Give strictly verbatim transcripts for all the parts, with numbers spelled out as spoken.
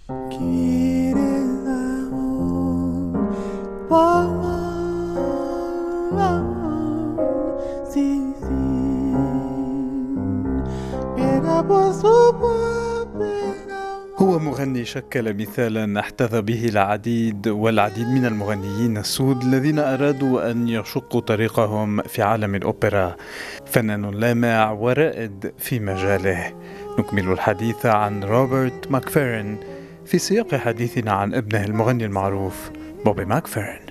هو مغني شكل مثالا احتذى به العديد والعديد من المغنيين السود الذين أرادوا أن يشقوا طريقهم في عالم الأوبرا. فنان لامع ورائد في مجاله. نكمل الحديث عن روبرت ماكفيرن في سياق حديثنا عن ابنه المغني المعروف بوبي ماكفيرن.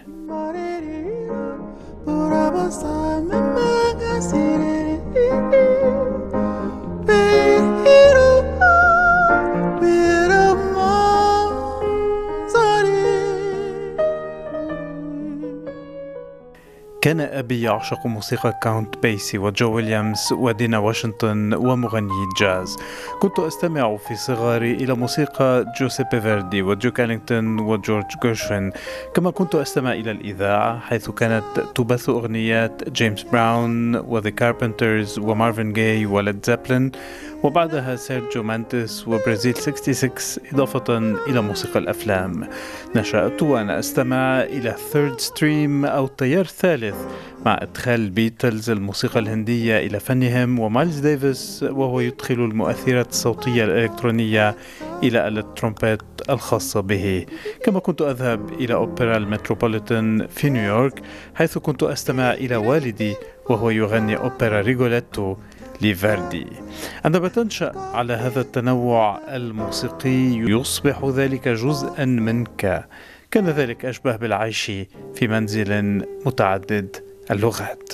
كان أبي يعشق موسيقى كاونت بيسي وجو ويليامز ودينا واشنطن ومغني الجاز. كنت أستمع في صغري إلى موسيقى جوزيبي فيردي ودوك إلينغتون وجورج جيرشوين، كما كنت أستمع إلى الإذاعة حيث كانت تبث أغنيات جيمس براون وذا كاربنترز ومارفن جاي وليد زابلين، وبعدها سيرجيو مانتس وبرازيل ستة وستين، إضافة إلى موسيقى الأفلام. نشأت وأنا أستمع إلى ثيرد ستريم أو التيار الثالث مع إدخال البيتلز الموسيقى الهندية إلى فنهم، ومايلز ديفيس وهو يدخل المؤثرات الصوتية الإلكترونية إلى آلة الترومبيت الخاصة به. كما كنت أذهب إلى أوبرا المتروبوليتان في نيويورك حيث كنت أستمع إلى والدي وهو يغني أوبرا ريغوليتو لفيردي. عندما تنشأ على هذا التنوع الموسيقي يصبح ذلك جزءا منك. كان ذلك أشبه بالعيش في منزل متعدد اللغات.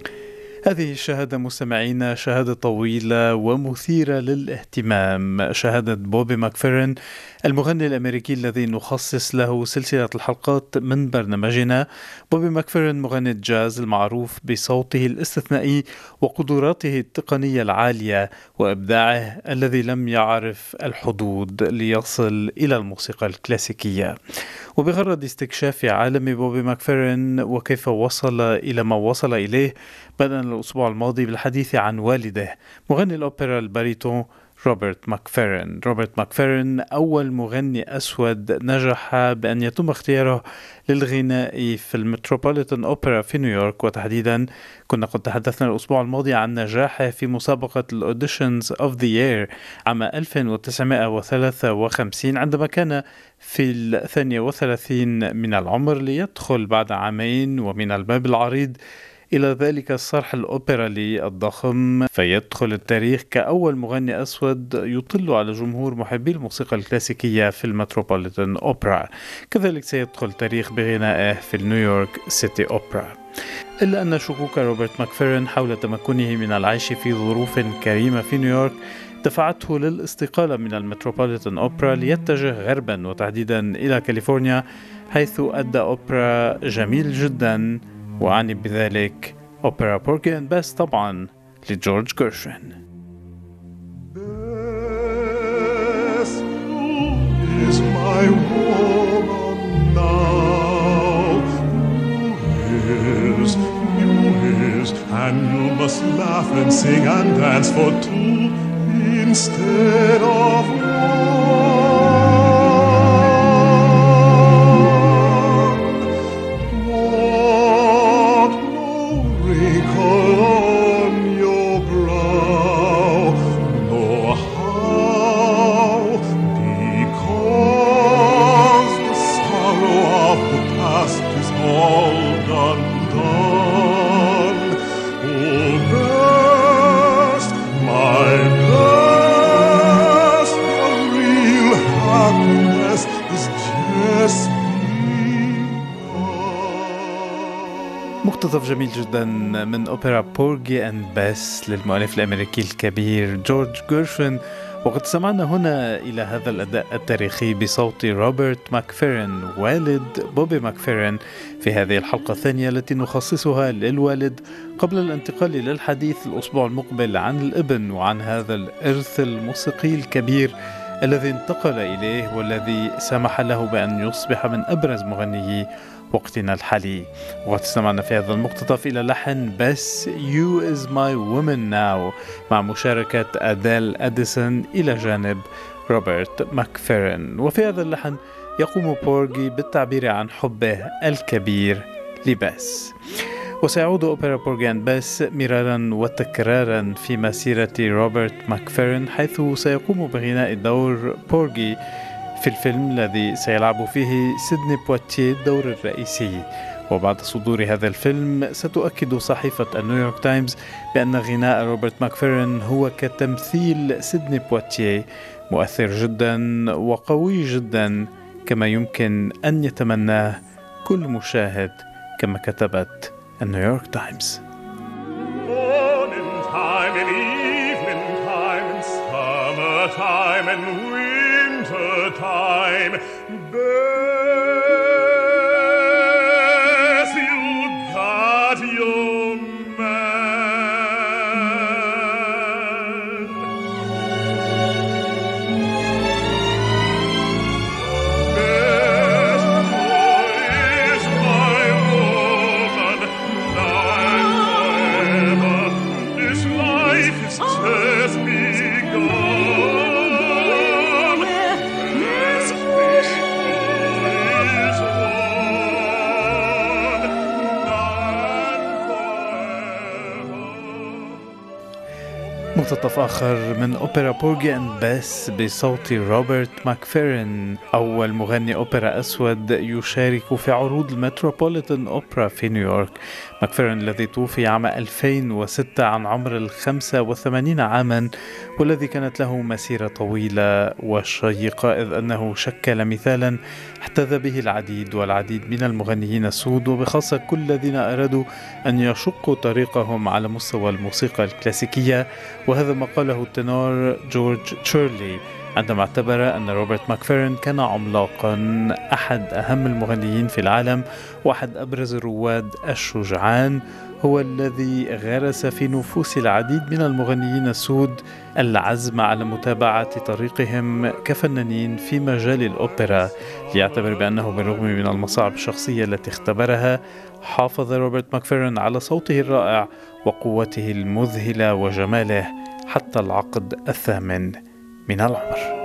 هذه الشهادة مستمعينا شهادة طويلة ومثيرة للاهتمام، شهادة بوبي ماكفيرن المغني الأمريكي الذي نخصص له سلسلة الحلقات من برنامجنا. بوبي ماكفيرن مغني الجاز المعروف بصوته الاستثنائي وقدراته التقنية العالية وإبداعه الذي لم يعرف الحدود ليصل إلى الموسيقى الكلاسيكية. وبغرض استكشاف عالم بوبي ماكفيرن وكيف وصل إلى ما وصل إليه، بدأنا الأسبوع الماضي بالحديث عن والده مغني الأوبرا الباريتون روبرت ماكفيرن. روبرت ماكفيرن أول مغني أسود نجح بأن يتم اختياره للغناء في المتروبوليتان أوبرا في نيويورك، وتحديدا كنا قد تحدثنا الأسبوع الماضي عن نجاحه في مسابقة الأوديشنز أوف ذا يير عام ألف وتسعمائة وثلاثة وخمسين عندما كان في الثانية وثلاثين من العمر، ليدخل بعد عامين ومن الباب العريض إلى ذلك الصرح الأوبرالي الضخم، فيدخل التاريخ كأول مغني أسود يطل على جمهور محبي الموسيقى الكلاسيكية في المتروبوليتان أوبرا. كذلك سيدخل تاريخ بغنائه في نيويورك سيتي أوبرا. إلا أن شكوك روبرت ماكفيرن حول تمكنه من العيش في ظروف كريمة في نيويورك دفعته للاستقالة من المتروبوليتان أوبرا ليتجه غربا وتحديدا إلى كاليفورنيا، حيث أدى أوبرا جميل جدا، وأعني بذلك أوبرا بورجي أند بيس طبعا لجورج جيرشوين. Bess, who is my woman now? Who is, you is, and you must laugh and sing and dance for two instead of one. مقتطف جميل جدا من أوبرا بورجي أند بيس للمؤلف الأمريكي الكبير جورج جيرشوين. وقد سمعنا هنا إلى هذا الأداء التاريخي بصوت روبرت ماكفيرن والد بوبي ماكفيرن في هذه الحلقة الثانية التي نخصصها للوالد قبل الانتقال للحديث الأسبوع المقبل عن الابن وعن هذا الإرث الموسيقي الكبير الذي انتقل إليه والذي سمح له بأن يصبح من أبرز مغنيي وقتنا الحالي. وقد استمعنا في هذا المقتطف إلى لحن بس You is my woman now مع مشاركة أديل أديسون إلى جانب روبرت ماكفيرن. وفي هذا اللحن يقوم بورغي بالتعبير عن حبه الكبير لباس. وسيعود أوبرا بورغي أند بيس مرارا وتكرارا في مسيرة روبرت ماكفيرن، حيث سيقوم بغناء دور بورغي في الفيلم الذي سيلعب فيه سيدني بواتيه الدور الرئيسي. وبعد صدور هذا الفيلم ستؤكد صحيفة نيويورك تايمز بأن غناء روبرت ماكفيرن هو كتمثيل سيدني بواتيه، مؤثر جدا وقوي جدا كما يمكن أن يتمناه كل مشاهد، كما كتبت نيويورك تايمز. Morning time and evening time and summer time and winter time, Bess, you got your man. Bess, boy, is my woman, now this life is just begun. This wish is one and forever. مقتطف آخر من أوبرا بورغي أند بيس بصوت روبرت ماكفيرن، أول مغني أوبرا أسود يشارك في عروض المتروبوليتان أوبرا في نيويورك. ماكفيرن الذي توفي عام ألفين وستة عن عمر الخمسة وثمانين عاما، والذي كانت له مسيرة طويلة وشيقة، إذ أنه شكل مثالا احتذى به العديد والعديد من المغنيين السود، وبخاصة كل الذين أرادوا أن يشقوا طريقهم على مستوى الموسيقى الكلاسيكية. وهذا ما قاله التنور جورج تشيرلي عندما اعتبر أن روبرت ماكفيرن كان عملاقا، أحد أهم المغنيين في العالم وأحد أبرز الرواد الشجعان، هو الذي غرس في نفوس العديد من المغنيين السود العزم على متابعة طريقهم كفنانين في مجال الأوبرا، ليعتبر بأنه بالرغم من المصاعب الشخصية التي اختبرها، حافظ روبرت ماكفيرن على صوته الرائع وقوته المذهلة وجماله حتى العقد الثامن من العمر.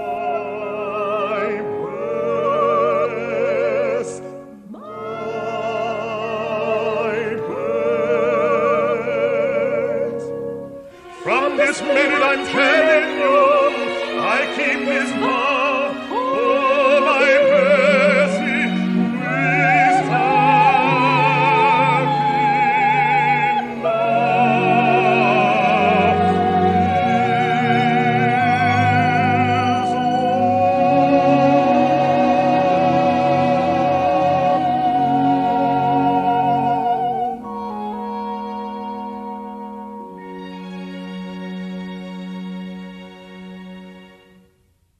From this minute I'm telling